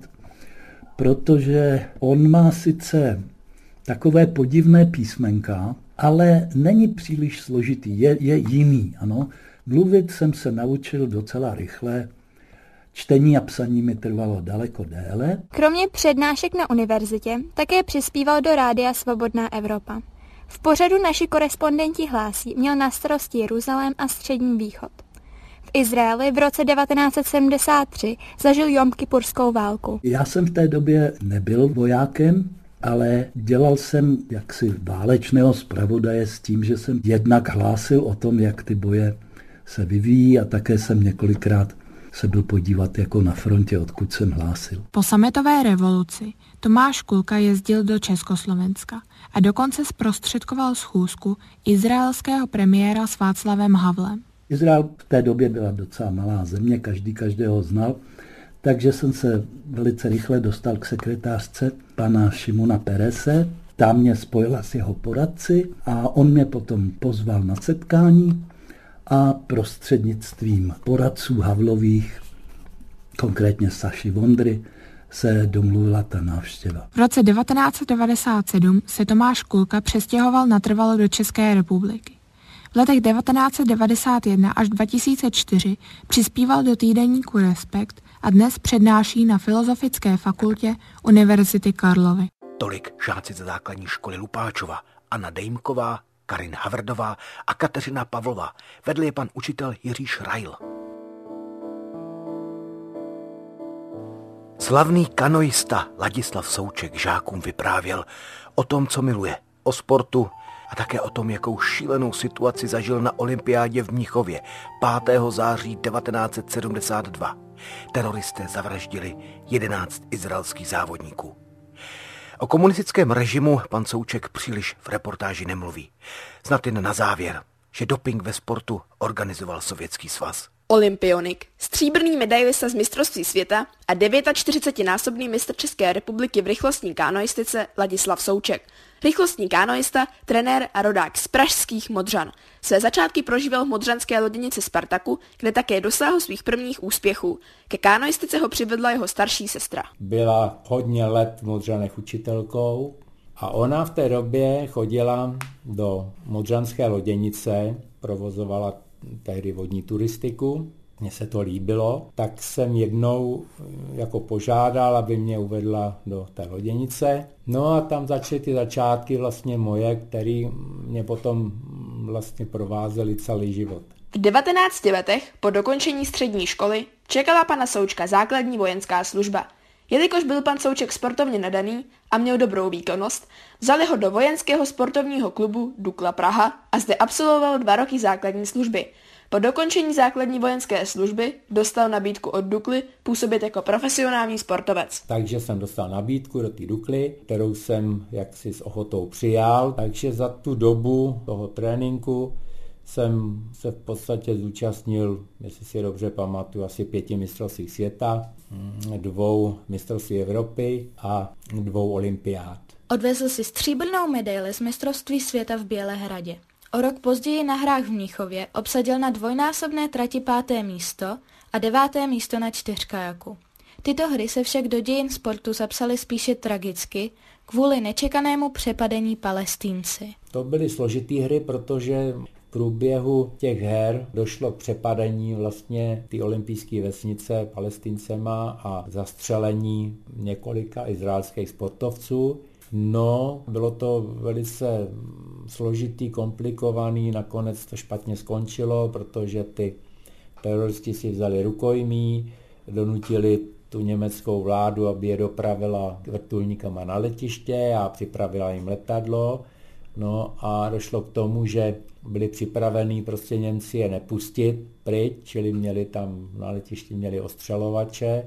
protože on má sice takové podivné písmenka, ale není příliš složitý, je, je jiný. Ano. Mluvit jsem se naučil docela rychle, čtení a psaní mi trvalo daleko déle. Kromě přednášek na univerzitě také přispíval do Rádia Svobodná Evropa. V pořadu naši korespondenti hlásí, měl na starosti Jeruzalém a Střední východ. V Izraeli v roce devatenáct set sedmdesát tři zažil Jomkipurskou válku. Já jsem v té době nebyl vojákem, ale dělal jsem jaksi válečného zpravodaje s tím, že jsem jednak hlásil o tom, jak ty boje se vyvíjí a také jsem několikrát se byl podívat jako na frontě, odkud jsem hlásil. Po sametové revoluci Tomáš Kulka jezdil do Československa a dokonce zprostředkoval schůzku izraelského premiéra s Václavem Havlem. Izrael v té době byla docela malá země, každý každého znal, takže jsem se velice rychle dostal k sekretářce pana Šimona Perese. Tam mě spojila s jeho poradci a on mě potom pozval na setkání a prostřednictvím poradců Havlových, konkrétně Saši Vondry, se domluvila ta návštěva. V roce devatenáct set devadesát sedm se Tomáš Kulka přestěhoval natrvalo do České republiky. V letech devatenáct set devadesát jedna až dva tisíce čtyři přispíval do týdeníku Respekt a dnes přednáší na Filozofické fakultě Univerzity Karlovy. Tolik žáci ze základní školy Lupáčova, Anna Dejmková, Karin Havrdová a Kateřina Pavlová. Vedl je pan učitel Jiří Šrajl. Slavný kanoista Ladislav Souček žákům vyprávěl o tom, co miluje, o sportu a také o tom, jakou šílenou situaci zažil na olympiádě v Mnichově pátého září devatenáct set sedmdesát dva. Teroristé zavraždili jedenáct izraelských závodníků. O komunistickém režimu pan Souček příliš v reportáži nemluví. Snad jen na závěr, že doping ve sportu organizoval Sovětský svaz. Olympionik, stříbrný medailista z mistrovství světa a čtyřicetidevítinásobný mistr České republiky v rychlostní kánoistice Ladislav Souček. Rychlostní kánoista, trenér a rodák z pražských Modřan. Své začátky prožíval v modřanské loděnici Spartaku, kde také dosáhl svých prvních úspěchů. Ke kánoistice ho přivedla jeho starší sestra. Byla hodně let v Modřanech učitelkou a ona v té době chodila do modřanské loděnice, provozovala tehdy vodní turistiku, mně se to líbilo, tak jsem jednou jako požádal, aby mě uvedla do té loděnice. No a tam začaly ty začátky vlastně moje, které mě potom vlastně provázely celý život. V devatenácti letech po dokončení střední školy čekala pana Součka základní vojenská služba. Jelikož byl pan Souček sportovně nadaný a měl dobrou výkonnost, vzali ho do vojenského sportovního klubu Dukla Praha a zde absolvoval dva roky základní služby. Po dokončení základní vojenské služby dostal nabídku od Dukly působit jako profesionální sportovec. Takže jsem dostal nabídku do té Dukly, kterou jsem jaksi s ochotou přijal, takže za tu dobu toho tréninku jsem se v podstatě zúčastnil, jestli si dobře pamatuju, asi pěti mistrovství světa, dvou mistrovství Evropy a dvou olympiád. Odvezl si stříbrnou medaili z mistrovství světa v Bělehradě. O rok později na hrách v Mnichově obsadil na dvojnásobné trati páté místo a deváté místo na čtyřkajaku. Tyto hry se však do dějin sportu zapsaly spíše tragicky kvůli nečekanému přepadení Palestínci. To byly složitý hry, protože v průběhu těch her došlo k přepadení vlastně ty olympijské vesnice Palestincema a zastřelení několika izraelských sportovců. No, bylo to velice složitý, komplikovaný, nakonec to špatně skončilo, protože ty teroristi si vzali rukojmí, donutili tu německou vládu, aby je dopravila vrtulníkama na letiště a připravila jim letadlo. No a došlo k tomu, že byli připravení prostě Němci je nepustit pryč, čili měli tam na letišti měli ostřelovače,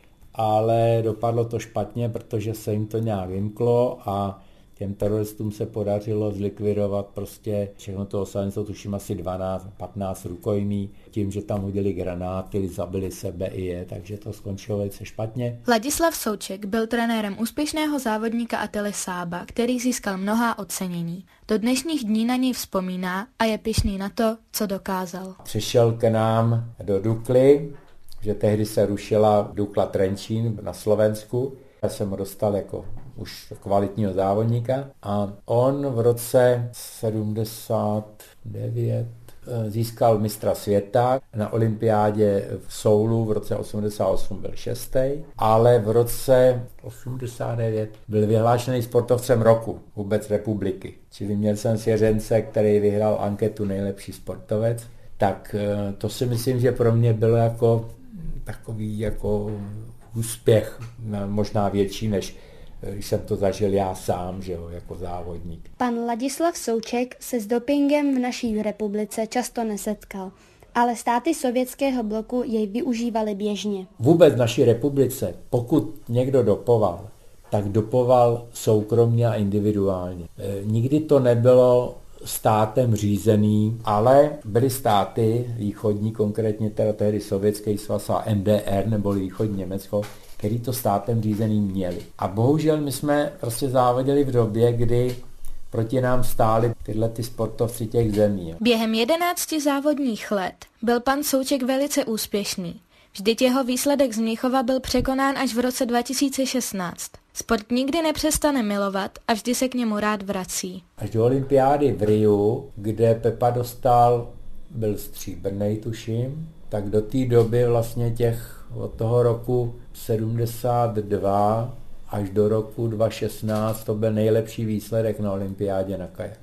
ale dopadlo to špatně, protože se jim to nějak vymklo a těm teroristům se podařilo zlikvidovat prostě všechno to osazenstvo, tuším asi dvanáct patnáct rukojmí, tím, že tam hodili granáty, zabili sebe i je, takže to skončilo velice špatně. Ladislav Souček byl trenérem úspěšného závodníka Attily Sába, který získal mnohá ocenění. Do dnešních dní na něj vzpomíná a je pyšný na to, co dokázal. Přišel k nám do Dukly, že tehdy se rušila Dukla Trenčín na Slovensku. Já jsem ho dostal jako už kvalitního závodníka a on v roce sedmdesát devět získal mistra světa, na olympiádě v Soulu v roce osmdesát osm byl šestý, ale v roce osmdesát devět byl vyhlášený sportovcem roku vůbec republiky. Čili měl jsem svěřence, který vyhrál anketu nejlepší sportovec, tak to si myslím, že pro mě bylo jako takový jako úspěch, možná větší, než když jsem to zažil já sám, že jo, jako závodník. Pan Ladislav Souček se s dopingem v naší republice často nesetkal, ale státy sovětského bloku jej využívaly běžně. Vůbec v naší republice, pokud někdo dopoval, tak dopoval soukromně a individuálně. E, nikdy to nebylo státem řízený, ale byly státy východní, konkrétně teda tehdy Sovětský svaz a M D R, neboli východní Německo, který to státem řízený měli. A bohužel my jsme prostě závodili v době, kdy proti nám stáli tyhle ty sportovci těch zemí. Během jedenácti závodních let byl pan Souček velice úspěšný. Vždyť jeho výsledek z Mnichova byl překonán až v roce dva tisíce šestnáct. Sport nikdy nepřestane milovat a vždy se k němu rád vrací. Až do olympiády v Riu, kde Pepa dostal, byl stříbrnej tuším, tak do té doby vlastně těch od toho roku sedmdesát dva až do roku dva tisíce šestnáct to byl nejlepší výsledek na olympiádě na kajak.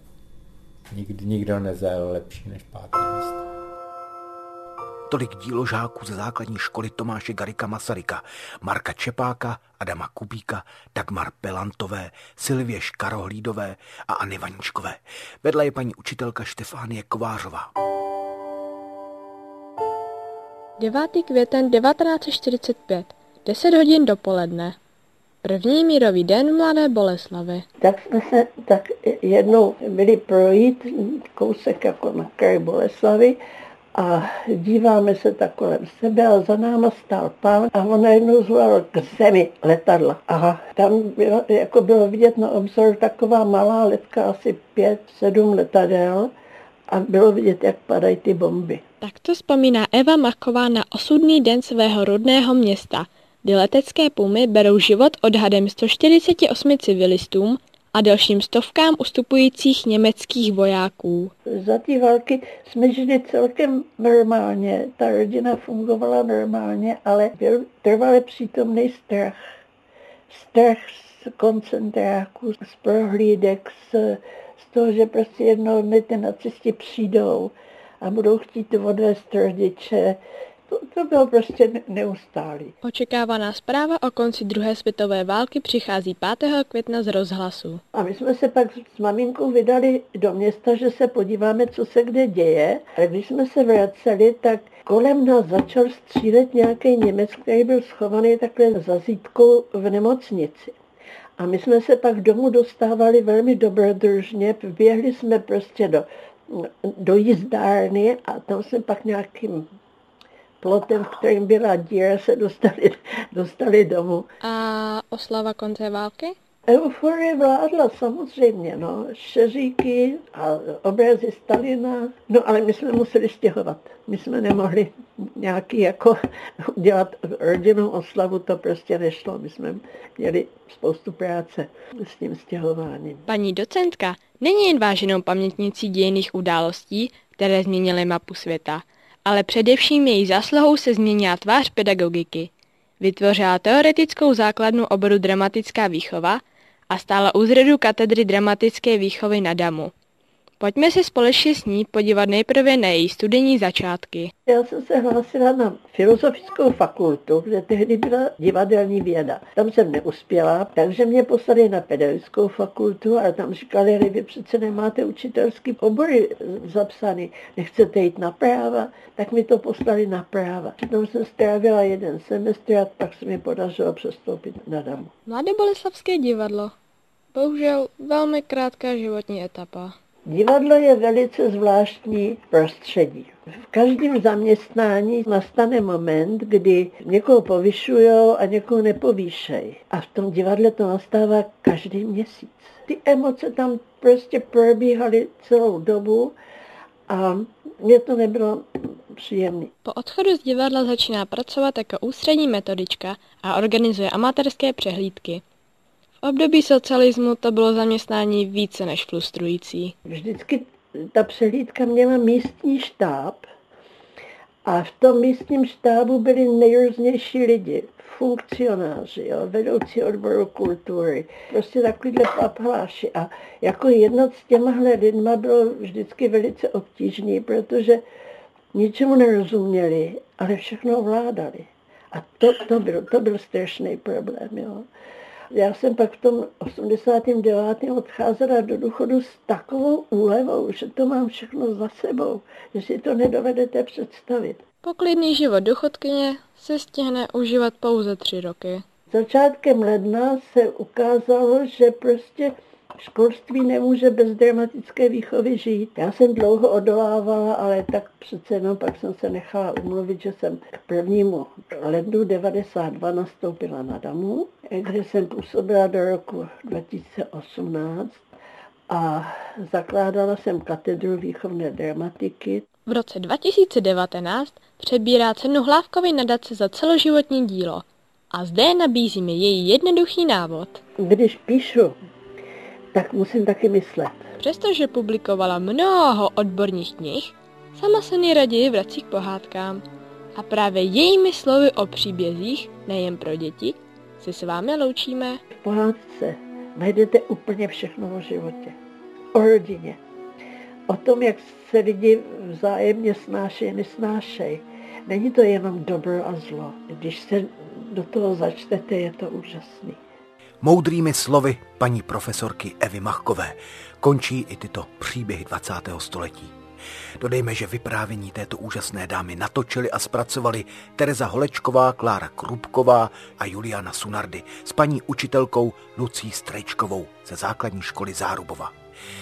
Nikdy nikdo nezajel lepší než pátý místo. Tolik dílo žáků ze základní školy Tomáše Garrigua Masaryka, Marka Čepáka, Adama Kubíka, Dagmar Pelantové, Silvie Škarohlídové a Anny Vaníčkové. Vedla je paní učitelka Štefánie Kovářová. devátý květen devatenáct set čtyřicet pět, deset hodin dopoledne. První mírový den v Mladé Boleslavi. Tak jsme se tak jednou byli projít kousek jako na kraji Boleslavy a díváme se tak kolem sebe a za náma stál pán a on najednou zvolal k zemi letadla. A tam bylo, jako bylo vidět na obzor taková malá letka, asi pět, sedm letadel a bylo vidět, jak padají ty bomby. Takto vzpomíná Eva Machová na osudný den svého rodného města, kdy letecké pumy berou život odhadem sto čtyřicet osm civilistům a dalším stovkám ustupujících německých vojáků. Za té války jsme žili celkem normálně, ta rodina fungovala normálně, ale byl trvale přítomný strach. Strach z koncentráků, z prohlídek, z, z toho, že prostě jednou dny ty nacisti přijdou a budou chtít odvést rodiče. To, to bylo prostě neustálý. Očekávaná zpráva o konci druhé světové války přichází pátého května z rozhlasu. A my jsme se pak s maminkou vydali do města, že se podíváme, co se kde děje. A když jsme se vraceli, tak kolem nás začal střílet nějaký Němec, který byl schovaný takhle za zítkou v nemocnici. A my jsme se pak domů dostávali velmi dobrodružně, běhli jsme prostě do, do jízdárny a tam jsme pak nějakým plotem, v kterým byla díra, se dostali, dostali domů. A oslava konce války? Euforie vládla samozřejmě, no. Šeříky a obrazy Stalina. No ale my jsme museli stěhovat. My jsme nemohli nějaký jako dělat rodinnou oslavu, to prostě nešlo. My jsme měli spoustu práce s tím stěhováním. Paní docentka není jen váženou pamětnicí dějinných událostí, které změnily mapu světa, ale především její zásluhou se změnila tvář pedagogiky. Vytvořila teoretickou základnu oboru dramatická výchova a stála u zrodu katedry dramatické výchovy na Damu. Pojďme si společně s ní podívat nejprve na její studijní začátky. Já jsem se hlásila na filozofickou fakultu, kde tehdy byla divadelní věda. Tam jsem neuspěla, takže mě poslali na pedagogickou fakultu a tam říkali, že vy přece nemáte učitelský obory zapsaný, nechcete jít na práva, tak mi to poslali na práva. Tam jsem strávila jeden semestr a pak se mi podařilo přestoupit na Damu. Mladé boleslavské divadlo. Bohužel velmi krátká životní etapa. Divadlo je velice zvláštní prostředí. V každém zaměstnání nastane moment, kdy někoho povyšujou a někoho nepovýšejí. A v tom divadle to nastává každý měsíc. Ty emoce tam prostě probíhaly celou dobu a mě to nebylo příjemné. Po odchodu z divadla začíná pracovat jako ústřední metodička a organizuje amatérské přehlídky. V období socialismu to bylo zaměstnání více než frustrující. Vždycky ta přehlídka měla místní štáb a v tom místním štábu byli nejrůznější lidi, funkcionáři, jo, vedoucí odboru kultury, prostě takovýhle papaláši. A jako jednat s těmahle lidma bylo vždycky velice obtížné, protože ničemu nerozuměli, ale všechno ovládali. A to, to, byl, to byl strašný problém, jo. Já jsem pak v tom osmdesátém devátém odcházela do důchodu s takovou úlevou, že to mám všechno za sebou, že si to nedovedete představit. Poklidný život důchodkyně se stihne užívat pouze tři roky. Začátkem ledna se ukázalo, že prostě školství nemůže bez dramatické výchovy žít. Já jsem dlouho odolávala, ale tak přece jenom pak jsem se nechala umluvit, že jsem k prvnímu lednu devadesát dva nastoupila na Damu, kde jsem působila do roku dva tisíce osmnáct a zakládala jsem katedru výchovné dramatiky. V roce dva tisíce devatenáct přebírá cenu Hlávkovy nadace za celoživotní dílo a zde nabízíme její jednoduchý návod. Když píšu, tak musím taky myslet. Přestože publikovala mnoho odborných knih, sama se nejraději vrací k pohádkám. A právě jejími slovy o příbězích, nejen pro děti, se s vámi loučíme. V pohádce najdete úplně všechno o životě, o rodině, o tom, jak se lidi vzájemně snášejí, nesnášejí. Není to jenom dobro a zlo. Když se do toho začtete, je to úžasný. Moudrými slovy paní profesorky Evy Machkové končí i tyto příběhy dvacátého století. Dodejme, že vyprávění této úžasné dámy natočili a zpracovali Tereza Holečková, Klára Krupková a Juliana Sunardy s paní učitelkou Lucí Strejčkovou ze základní školy Zárubova.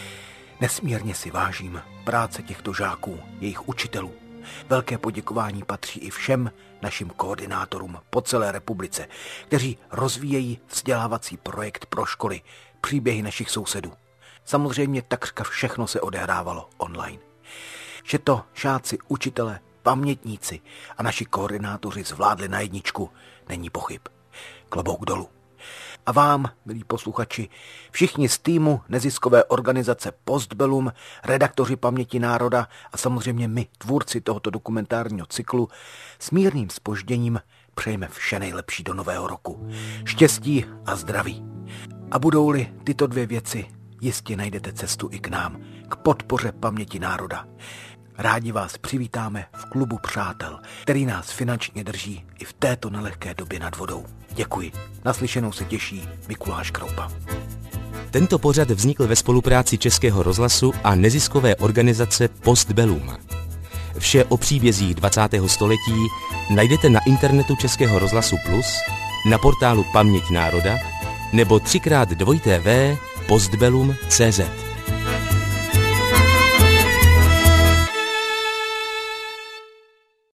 Nesmírně si vážím práce těchto žáků, jejich učitelů. Velké poděkování patří i všem našim koordinátorům po celé republice, kteří rozvíjejí vzdělávací projekt pro školy, příběhy našich sousedů. Samozřejmě takřka všechno se odehrávalo online. Že to žáci, učitele, pamětníci a naši koordinátoři zvládli na jedničku, není pochyb. Klobouk dolů. A vám, milí posluchači, všichni z týmu neziskové organizace Postbellum, redaktoři Paměti národa a samozřejmě my, tvůrci tohoto dokumentárního cyklu, s mírným zpožděním přejeme vše nejlepší do nového roku. Štěstí a zdraví. A budou-li tyto dvě věci, jistě najdete cestu i k nám, k podpoře Paměti národa. Rádi vás přivítáme v klubu přátel, který nás finančně drží i v této nelehké době nad vodou. Děkuji. Naslyšenou se těší Mikuláš Kroupa. Tento pořad vznikl ve spolupráci Českého rozhlasu a neziskové organizace Postbellum. Vše o příbězích dvacátého století najdete na internetu Českého rozhlasu Plus, na portálu Paměť národa nebo třikrát dvojité v postbellum tečka cé zet.